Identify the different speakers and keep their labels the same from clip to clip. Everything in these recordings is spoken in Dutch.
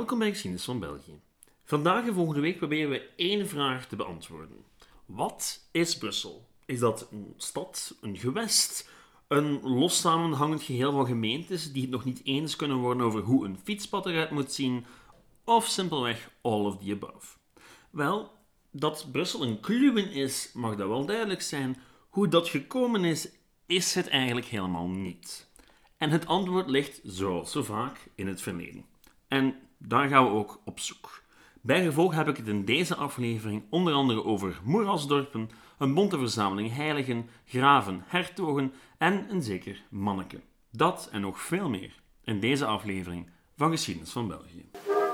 Speaker 1: Welkom bij Geschiedenis van België. Vandaag en volgende week proberen we één vraag te beantwoorden. Wat is Brussel? Is dat een stad, een gewest, een los samenhangend geheel van gemeentes die het nog niet eens kunnen worden over hoe een fietspad eruit moet zien, of simpelweg all of the above? Wel, dat Brussel een kluwen is, mag dat wel duidelijk zijn. Hoe dat gekomen is het eigenlijk helemaal niet. En het antwoord ligt, zoals zo vaak, in het verleden. En daar gaan we ook op zoek. Bijgevolg heb ik het in deze aflevering onder andere over moerasdorpen, een bonte verzameling heiligen, graven, hertogen en een zeker manneke. Dat en nog veel meer in deze aflevering van Geschiedenis van België.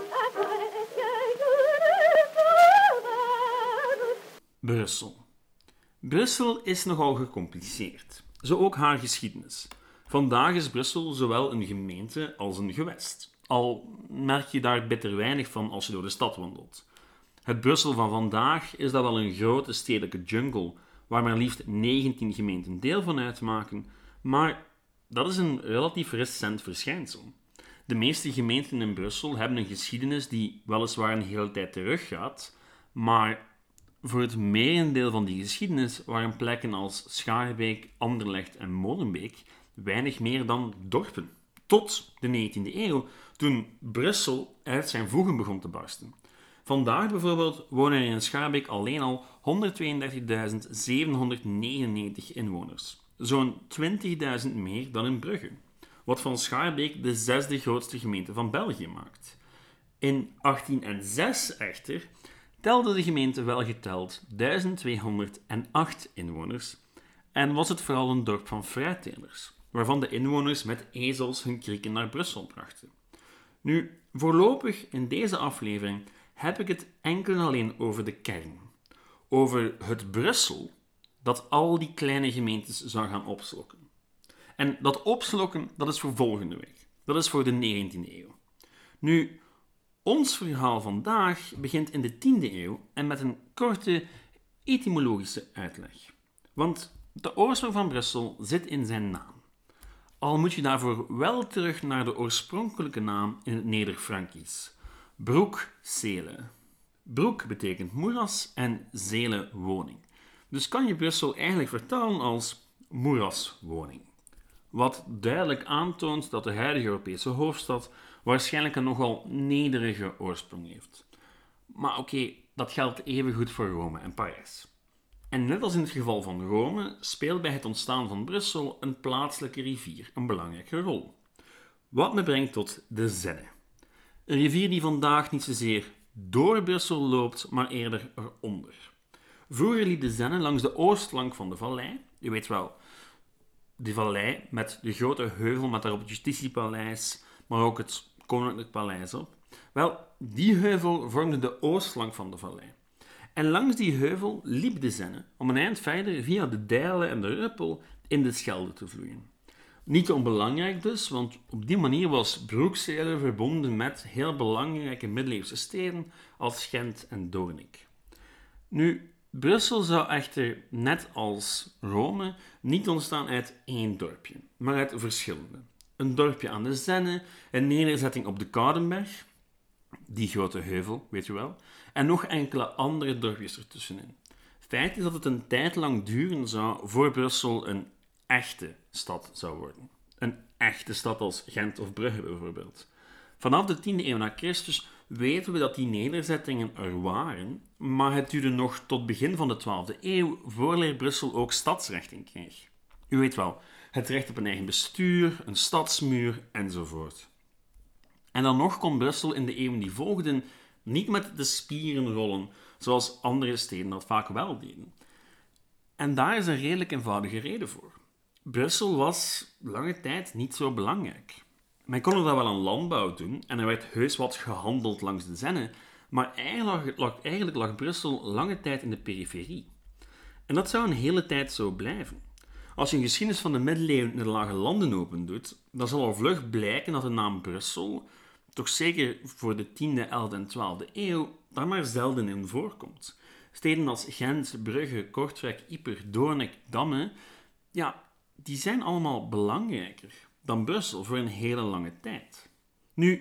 Speaker 1: Brussel. Brussel is nogal gecompliceerd. Zo ook haar geschiedenis. Vandaag is Brussel zowel een gemeente als een gewest. Al merk je daar bitter weinig van als je door de stad wandelt. Het Brussel van vandaag is dat wel een grote stedelijke jungle, waar maar liefst 19 gemeenten deel van uitmaken, maar dat is een relatief recent verschijnsel. De meeste gemeenten in Brussel hebben een geschiedenis die weliswaar een hele tijd teruggaat, maar voor het merendeel van die geschiedenis waren plekken als Schaarbeek, Anderlecht en Molenbeek weinig meer dan dorpen. Tot de 19e eeuw, toen Brussel uit zijn voegen begon te barsten. Vandaag bijvoorbeeld wonen er in Schaarbeek alleen al 132.799 inwoners. Zo'n 20.000 meer dan in Brugge. Wat van Schaarbeek de 6e grootste gemeente van België maakt. In 1806 echter telde de gemeente wel geteld 1208 inwoners en was het vooral een dorp van fruittelers, waarvan de inwoners met ezels hun krieken naar Brussel brachten. Nu, voorlopig in deze aflevering heb ik het enkel en alleen over de kern. Over het Brussel dat al die kleine gemeentes zou gaan opslokken. En dat opslokken, dat is voor volgende week. Dat is voor de 19e eeuw. Nu, ons verhaal vandaag begint in de 10e eeuw en met een korte etymologische uitleg. Want de oorsprong van Brussel zit in zijn naam. Al moet je daarvoor wel terug naar de oorspronkelijke naam in het Neder-Frankisch. Broek-Zele. Broek betekent moeras en zele woning. Dus kan je Brussel eigenlijk vertalen als moeraswoning. Wat duidelijk aantoont dat de huidige Europese hoofdstad waarschijnlijk een nogal nederige oorsprong heeft. Maar oké, dat geldt evengoed voor Rome en Parijs. En net als in het geval van Rome speelt bij het ontstaan van Brussel een plaatselijke rivier een belangrijke rol. Wat me brengt tot de Zenne. Een rivier die vandaag niet zozeer door Brussel loopt, maar eerder eronder. Vroeger liep de Zenne langs de oostflank van de vallei. Je weet wel, die vallei met de grote heuvel met daarop het Justitiepaleis, maar ook het Koninklijk Paleis op. Wel, die heuvel vormde de oostflank van de vallei. En langs die heuvel liep de Zenne om een eind verder via de Dijlen en de Ruppel in de Schelde te vloeien. Niet onbelangrijk dus, want op die manier was Broekzele verbonden met heel belangrijke middeleeuwse steden als Gent en Doornik. Nu, Brussel zou echter, net als Rome, niet ontstaan uit één dorpje, maar uit verschillende. Een dorpje aan de Zenne, een nederzetting op de Koudenberg, die grote heuvel, weet je wel, en nog enkele andere dorpjes ertussenin. Feit is dat het een tijd lang duren zou voor Brussel een echte stad zou worden. Een echte stad als Gent of Brugge bijvoorbeeld. Vanaf de 10e eeuw na Christus weten we dat die nederzettingen er waren, maar het duurde nog tot begin van de 12e eeuw voordat Brussel ook stadsrechten kreeg. U weet wel, het recht op een eigen bestuur, een stadsmuur enzovoort. En dan nog kon Brussel in de eeuwen die volgden niet met de spieren rollen, zoals andere steden dat vaak wel deden. En daar is een redelijk eenvoudige reden voor. Brussel was lange tijd niet zo belangrijk. Men kon er dan wel een landbouw doen en er werd heus wat gehandeld langs de Zenne, maar eigenlijk lag Brussel lange tijd in de periferie. En dat zou een hele tijd zo blijven. Als je een geschiedenis van de middeleeuwen in de Lage Landen opendoet, dan zal al vlug blijken dat de naam Brussel, toch zeker voor de 10e, 11e en 12e eeuw, daar maar zelden in voorkomt. Steden als Gent, Brugge, Kortrijk, Ieper, Doornik, Damme, ja, die zijn allemaal belangrijker dan Brussel voor een hele lange tijd. Nu,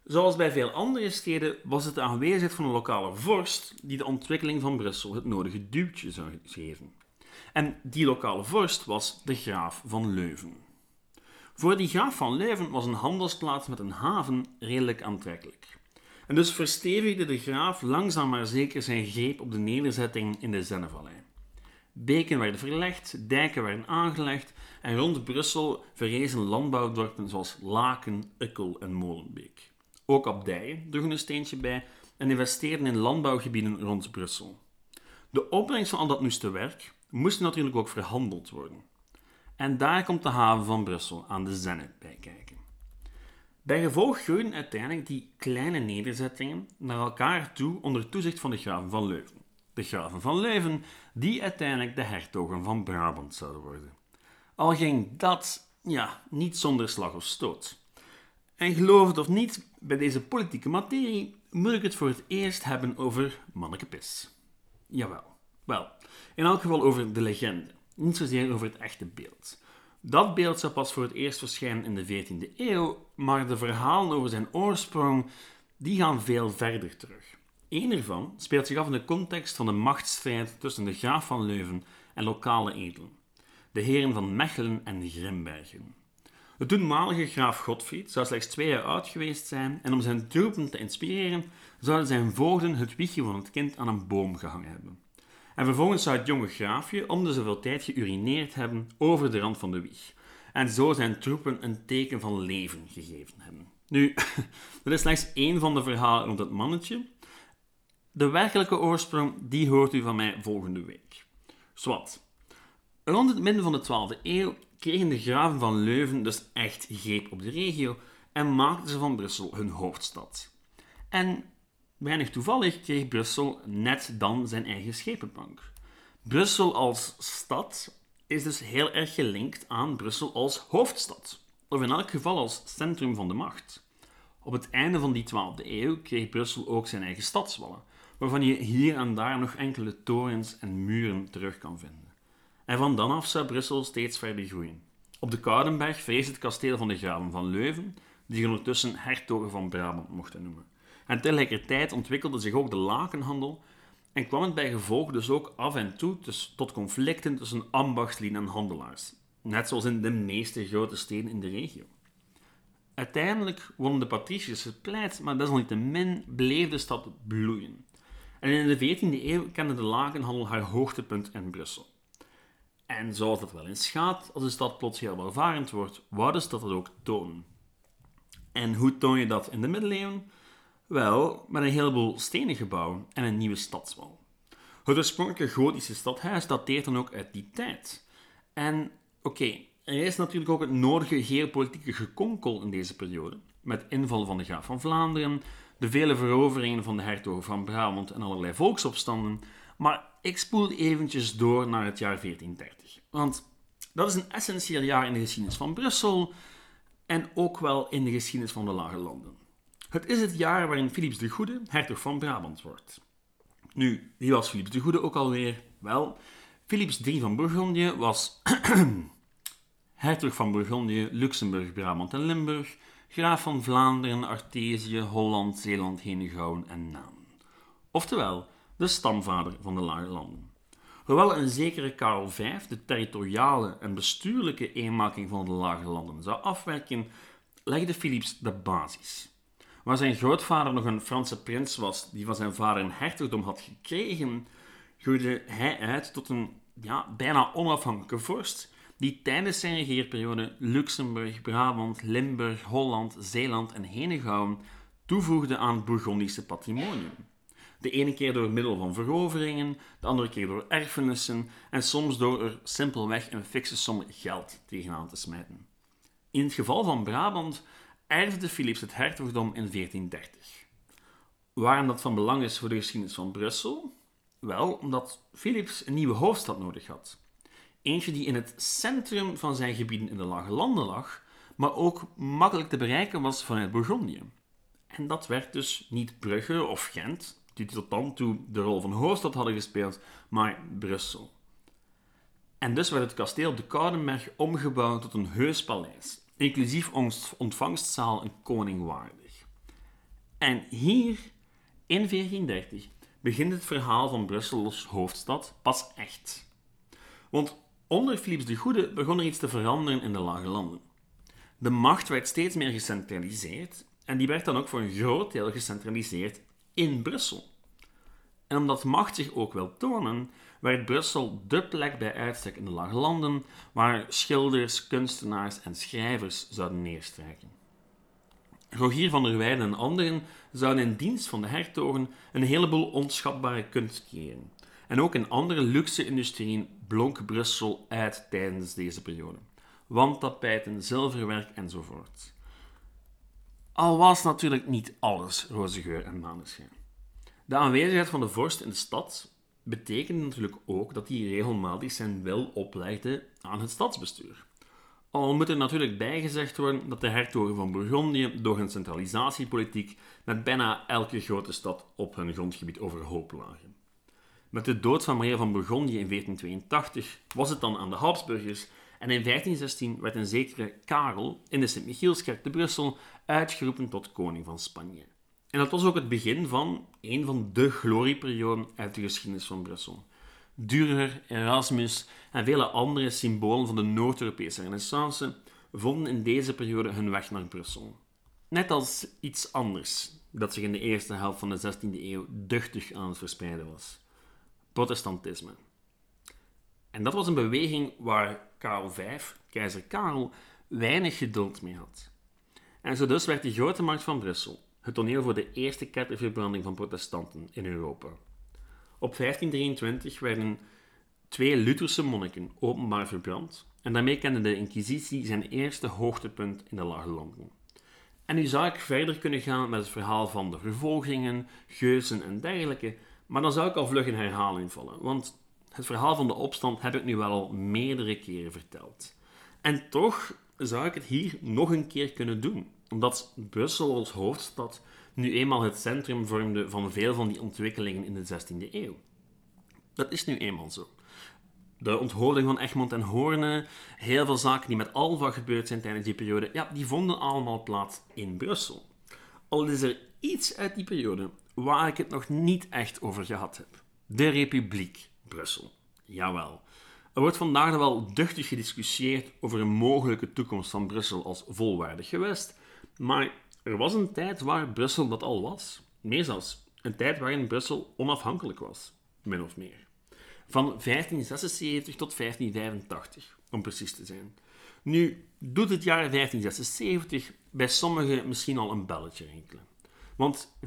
Speaker 1: Zoals bij veel andere steden was het de aanwezigheid van een lokale vorst die de ontwikkeling van Brussel het nodige duwtje zou geven. En die lokale vorst was de graaf van Leuven. Voor die graaf van Leuven was een handelsplaats met een haven redelijk aantrekkelijk. En dus verstevigde de graaf langzaam maar zeker zijn greep op de nederzetting in de Zennevallei. Beken werden verlegd, dijken werden aangelegd en rond Brussel verrezen landbouwdorpen zoals Laken, Ukkel en Molenbeek. Ook abdijen droegen een steentje bij en investeerden in landbouwgebieden rond Brussel. De opbrengst van al dat nuste werk moest natuurlijk ook verhandeld worden. En daar komt de haven van Brussel aan de Zenne bij kijken. Bij gevolg groeiden uiteindelijk die kleine nederzettingen naar elkaar toe onder toezicht van de graven van Leuven. De graven van Leuven, die uiteindelijk de hertogen van Brabant zouden worden. Al ging dat, niet zonder slag of stoot. En geloof het of niet, bij deze politieke materie moet ik het voor het eerst hebben over Manneke Pis. Jawel, wel, in elk geval over de legende, niet zozeer over het echte beeld. Dat beeld zou pas voor het eerst verschijnen in de 14e eeuw, maar de verhalen over zijn oorsprong, die gaan veel verder terug. Eén ervan speelt zich af in de context van de machtsstrijd tussen de graaf van Leuven en lokale edelen, de heren van Mechelen en Grimbergen. De toenmalige graaf Godfried zou slechts 2 jaar oud geweest zijn en om zijn troepen te inspireren zouden zijn voogden het wiegje van het kind aan een boom gehangen hebben. En vervolgens zou het jonge graafje om de zoveel tijd geurineerd hebben over de rand van de wieg. En zo zijn troepen een teken van leven gegeven hebben. Nu, dat is slechts één van de verhalen rond het mannetje. De werkelijke oorsprong, die hoort u van mij volgende week. Zwat. Rond het midden van de 12e eeuw kregen de graven van Leuven dus echt greep op de regio en maakten ze van Brussel hun hoofdstad. En weinig toevallig kreeg Brussel net dan zijn eigen schepenbank. Brussel als stad is dus heel erg gelinkt aan Brussel als hoofdstad, of in elk geval als centrum van de macht. Op het einde van die 12e eeuw kreeg Brussel ook zijn eigen stadswallen, waarvan je hier en daar nog enkele torens en muren terug kan vinden. En van dan af zou Brussel steeds verder groeien. Op de Koudenberg verrees het kasteel van de graven van Leuven, die ondertussen hertogen van Brabant mochten noemen. En tegelijkertijd ontwikkelde zich ook de lakenhandel en kwam het bij gevolg dus ook af en toe tot conflicten tussen ambachtslieden en handelaars, net zoals in de meeste grote steden in de regio. Uiteindelijk wonnen de patriciërs het pleit, maar desalniettemin bleef de stad bloeien. En in de 14e eeuw kende de lakenhandel haar hoogtepunt in Brussel. En zoals dat wel eens gaat, als de stad plots heel welvarend wordt, wou de stad dat ook tonen. En hoe toon je dat in de middeleeuwen? Wel, met een heleboel stenen gebouwen en een nieuwe stadswal. Het oorspronkelijke gotische stadhuis dateert dan ook uit die tijd. En er is natuurlijk ook het nodige geopolitieke gekonkel in deze periode, met inval van de graaf van Vlaanderen, de vele veroveringen van de hertogen van Brabant en allerlei volksopstanden, maar ik spoel eventjes door naar het jaar 1430. Want dat is een essentieel jaar in de geschiedenis van Brussel en ook wel in de geschiedenis van de Lage Landen. Het is het jaar waarin Philips de Goede hertog van Brabant wordt. Nu, wie was Philips de Goede ook alweer? Wel, Philips III van Bourgondië was hertog van Bourgondië, Luxemburg, Brabant en Limburg, graaf van Vlaanderen, Artesië, Holland, Zeeland, Henegouwen en Namen. Oftewel, de stamvader van de Lage Landen. Hoewel een zekere Karel V de territoriale en bestuurlijke eenmaking van de Lage Landen zou afwerken, legde Philips de basis. Waar zijn grootvader nog een Franse prins was die van zijn vader een hertogdom had gekregen, groeide hij uit tot een bijna onafhankelijke vorst die tijdens zijn regeerperiode Luxemburg, Brabant, Limburg, Holland, Zeeland en Henegouwen toevoegde aan het Bourgondische patrimonium. De ene keer door middel van veroveringen, de andere keer door erfenissen en soms door er simpelweg een fikse som geld tegenaan te smijten. In het geval van Brabant erfde Philips het hertogdom in 1430. Waarom dat van belang is voor de geschiedenis van Brussel? Wel, omdat Philips een nieuwe hoofdstad nodig had. Eentje die in het centrum van zijn gebieden in de Lage Landen lag, maar ook makkelijk te bereiken was vanuit Bourgondië. En dat werd dus niet Brugge of Gent, die tot dan toe de rol van hoofdstad hadden gespeeld, maar Brussel. En dus werd het kasteel op de Koudenberg omgebouwd tot een heus paleis, inclusief ontvangstzaal en koning waardig. En hier, in 1430, begint het verhaal van Brussel als hoofdstad pas echt. Want onder Philips de Goede begon er iets te veranderen in de Lage Landen. De macht werd steeds meer gecentraliseerd en die werd dan ook voor een groot deel gecentraliseerd in Brussel. En omdat macht zich ook wil tonen, werd Brussel dé plek bij uitstek in de Lage Landen waar schilders, kunstenaars en schrijvers zouden neerstrijken. Rogier van der Weyden en anderen zouden in dienst van de hertogen een heleboel onschatbare kunst creëren. En ook in andere luxe industrieën blonk Brussel uit tijdens deze periode. Wandtapijten, zilverwerk enzovoort. Al was natuurlijk niet alles roze geur en maneschijn. De aanwezigheid van de vorst in de stad betekende natuurlijk ook dat hij regelmatig zijn wil oplegde aan het stadsbestuur. Al moet er natuurlijk bijgezegd worden dat de hertogen van Bourgondië door hun centralisatiepolitiek met bijna elke grote stad op hun grondgebied overhoop lagen. Met de dood van Maria van Bourgondië in 1482 was het dan aan de Habsburgers en in 1516 werd een zekere Karel in de Sint-Michielskerk te Brussel uitgeroepen tot koning van Spanje. En dat was ook het begin van een van de glorieperioden uit de geschiedenis van Brussel. Dürer, Erasmus en vele andere symbolen van de Noord-Europese renaissance vonden in deze periode hun weg naar Brussel. Net als iets anders dat zich in de eerste helft van de 16e eeuw duchtig aan het verspreiden was. Protestantisme. En dat was een beweging waar Karel V, keizer Karel, weinig geduld mee had. En zo dus werd de grote markt van Brussel het toneel voor de eerste ketterverbranding van protestanten in Europa. Op 1523 werden 2 Lutherse monniken openbaar verbrand en daarmee kende de Inquisitie zijn eerste hoogtepunt in de Lage Landen. En nu zou ik verder kunnen gaan met het verhaal van de vervolgingen, geuzen en dergelijke, maar dan zou ik al vlug in herhaling vallen, want het verhaal van de opstand heb ik nu wel al meerdere keren verteld. En toch zou ik het hier nog een keer kunnen doen, omdat Brussel als hoofdstad nu eenmaal het centrum vormde van veel van die ontwikkelingen in de 16e eeuw. Dat is nu eenmaal zo. De onthouding van Egmond en Hoorn, heel veel zaken die met Alva gebeurd zijn tijdens die periode, ja, die vonden allemaal plaats in Brussel. Al is er iets uit die periode waar ik het nog niet echt over gehad heb. De Republiek Brussel. Jawel. Er wordt vandaag nog wel duchtig gediscussieerd over een mogelijke toekomst van Brussel als volwaardig gewest, maar er was een tijd waar Brussel dat al was. Meer zelfs, een tijd waarin Brussel onafhankelijk was, min of meer. Van 1576 tot 1585, om precies te zijn. Nu doet het jaar 1576 bij sommigen misschien al een belletje rinkelen. Want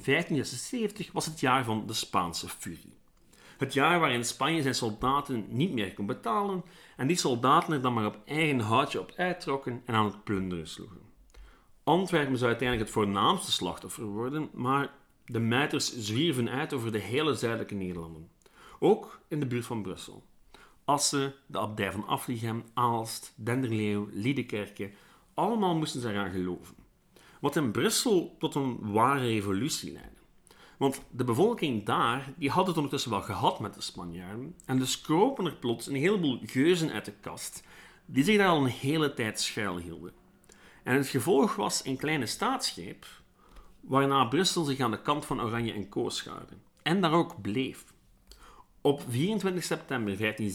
Speaker 1: 1576 was het jaar van de Spaanse furie. Het jaar waarin Spanje zijn soldaten niet meer kon betalen en die soldaten er dan maar op eigen houtje op uittrokken en aan het plunderen sloegen. Antwerpen zou uiteindelijk het voornaamste slachtoffer worden, maar de muiters zwierven uit over de hele zuidelijke Nederlanden. Ook in de buurt van Brussel. Assen, de abdij van Affligem, Aalst, Denderleeuw, Liedekerke, allemaal moesten ze eraan geloven. Wat in Brussel tot een ware revolutie leidde. Want de bevolking daar, die had het ondertussen wel gehad met de Spanjaarden, en dus kropen er plots een heleboel geuzen uit de kast, die zich daar al een hele tijd schuilhielden. En het gevolg was een kleine staatsgreep, waarna Brussel zich aan de kant van Oranje en Co schaarde. En daar ook bleef. Op 24 september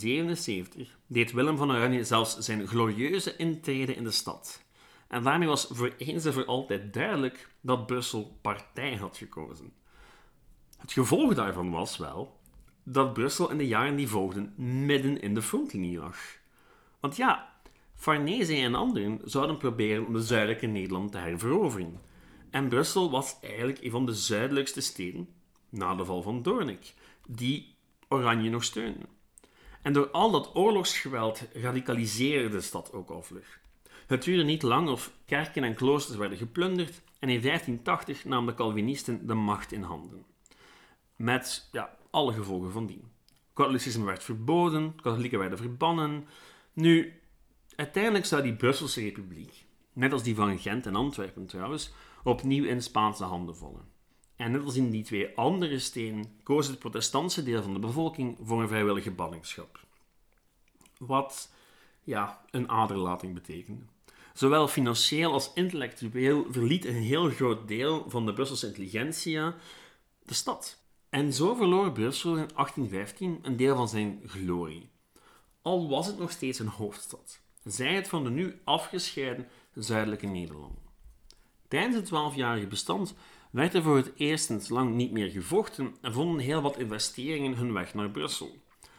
Speaker 1: 1577 deed Willem van Oranje zelfs zijn glorieuze intrede in de stad. En daarmee was voor eens en voor altijd duidelijk dat Brussel partij had gekozen. Het gevolg daarvan was wel dat Brussel in de jaren die volgden midden in de frontlinie lag. Want ja, Farnese en anderen zouden proberen om de zuidelijke Nederland te herveroveren. En Brussel was eigenlijk een van de zuidelijkste steden, na de val van Doornik, die Oranje nog steunden. En door al dat oorlogsgeweld radicaliseerde de stad ook al vlug. Het duurde niet lang of kerken en kloosters werden geplunderd en in 1580 namen de Calvinisten de macht in handen. Met alle gevolgen van dien. Katholicisme werd verboden, katholieken werden verbannen. Nu, uiteindelijk zou die Brusselse Republiek, net als die van Gent en Antwerpen trouwens, opnieuw in Spaanse handen vallen. En net als in die 2 andere steden koos het protestantse deel van de bevolking voor een vrijwillige ballingschap. Wat een aderlating betekende. Zowel financieel als intellectueel verliet een heel groot deel van de Brusselse intelligentsia de stad. En zo verloor Brussel in 1815 een deel van zijn glorie. Al was het nog steeds een hoofdstad, zij het van de nu afgescheiden zuidelijke Nederlanden. Tijdens het 12-jarige bestand werd er voor het eerst sinds lang niet meer gevochten en vonden heel wat investeringen hun weg naar Brussel.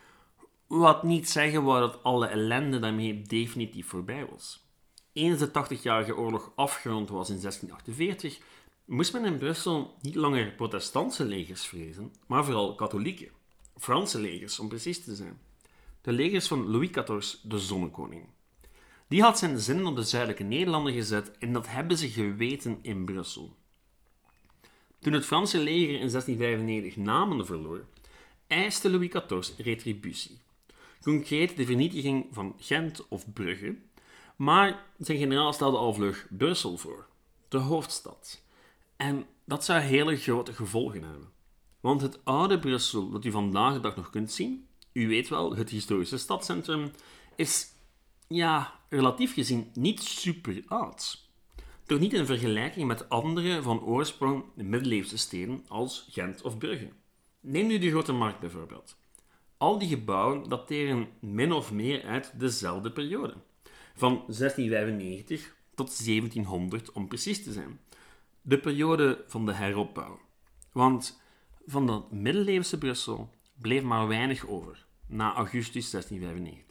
Speaker 1: Wat niet zeggen wou dat alle ellende daarmee definitief voorbij was. Eens de 80-jarige oorlog afgerond was in 1648, moest men in Brussel niet langer protestantse legers vrezen, maar vooral katholieke, Franse legers om precies te zijn. De legers van Louis XIV, de zonnekoning. Die had zijn zinnen op de zuidelijke Nederlanden gezet en dat hebben ze geweten in Brussel. Toen het Franse leger in 1695 Namen verloor, eiste Louis XIV retributie. Concreet de vernietiging van Gent of Brugge, maar zijn generaal stelde al vlug Brussel voor, de hoofdstad. En dat zou hele grote gevolgen hebben. Want het oude Brussel, dat u vandaag de dag nog kunt zien, u weet wel, het historische stadscentrum, is, relatief gezien niet super oud. Toch niet in vergelijking met andere van oorsprong middeleeuwse steden als Gent of Brugge. Neem nu de Grote Markt bijvoorbeeld. Al die gebouwen dateren min of meer uit dezelfde periode. Van 1695 tot 1700 om precies te zijn. De periode van de heropbouw. Want van dat middeleeuwse Brussel bleef maar weinig over, na augustus 1695.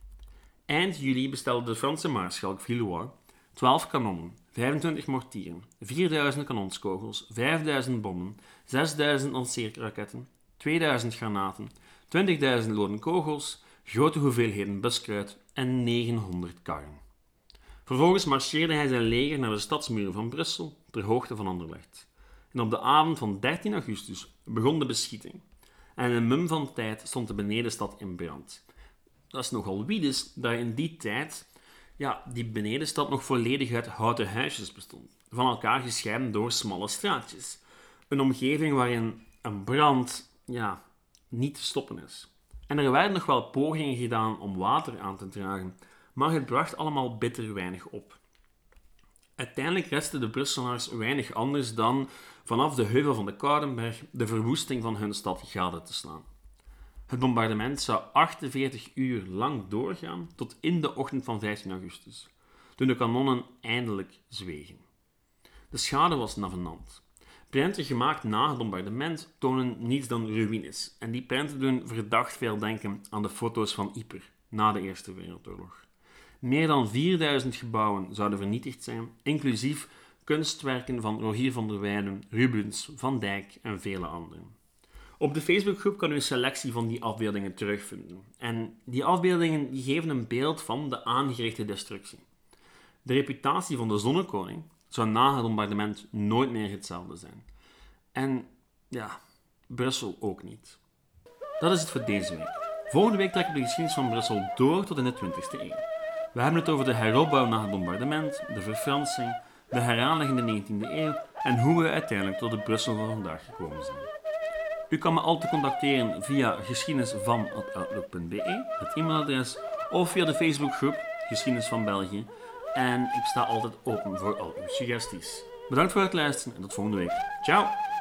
Speaker 1: Eind juli bestelde de Franse maarschalk Villeroy 12 kanonnen, 25 mortieren, 4000 kanonskogels, 5000 bommen, 6000 lanceerraketten, 2000 granaten, 20.000 loden kogels, grote hoeveelheden buskruid en 900 karren. Vervolgens marcheerde hij zijn leger naar de stadsmuren van Brussel, ter hoogte van Anderlecht. En op de avond van 13 augustus begon de beschieting. En in een mum van tijd stond de benedenstad in brand. Dat is nogal wiedes dat in die tijd die benedenstad nog volledig uit houten huisjes bestond, van elkaar gescheiden door smalle straatjes. Een omgeving waarin een brand niet te stoppen is. En er werden nog wel pogingen gedaan om water aan te dragen, maar het bracht allemaal bitter weinig op. Uiteindelijk restte de Brusselaars weinig anders dan vanaf de heuvel van de Koudenberg de verwoesting van hun stad gade te slaan. Het bombardement zou 48 uur lang doorgaan tot in de ochtend van 15 augustus, toen de kanonnen eindelijk zwegen. De schade was navenant. Prenten gemaakt na het bombardement tonen niets dan ruïnes, en die prenten doen verdacht veel denken aan de foto's van Ypres na de Eerste Wereldoorlog. Meer dan 4000 gebouwen zouden vernietigd zijn, inclusief kunstwerken van Rogier van der Weyden, Rubens, Van Dijk en vele anderen. Op de Facebookgroep kan u een selectie van die afbeeldingen terugvinden. En die afbeeldingen geven een beeld van de aangerichte destructie. De reputatie van de zonnekoning zou na het bombardement nooit meer hetzelfde zijn. En Brussel ook niet. Dat is het voor deze week. Volgende week trekken we de geschiedenis van Brussel door tot in de 20e eeuw. We hebben het over de heropbouw na het bombardement, de verfransing, de heraanleg in de 19e eeuw en hoe we uiteindelijk tot het Brussel van vandaag gekomen zijn. U kan me altijd contacteren via geschiedenisvan@outlook.be, het e-mailadres, of via de Facebookgroep Geschiedenis van België. En ik sta altijd open voor al uw suggesties. Bedankt voor het luisteren en tot volgende week. Ciao!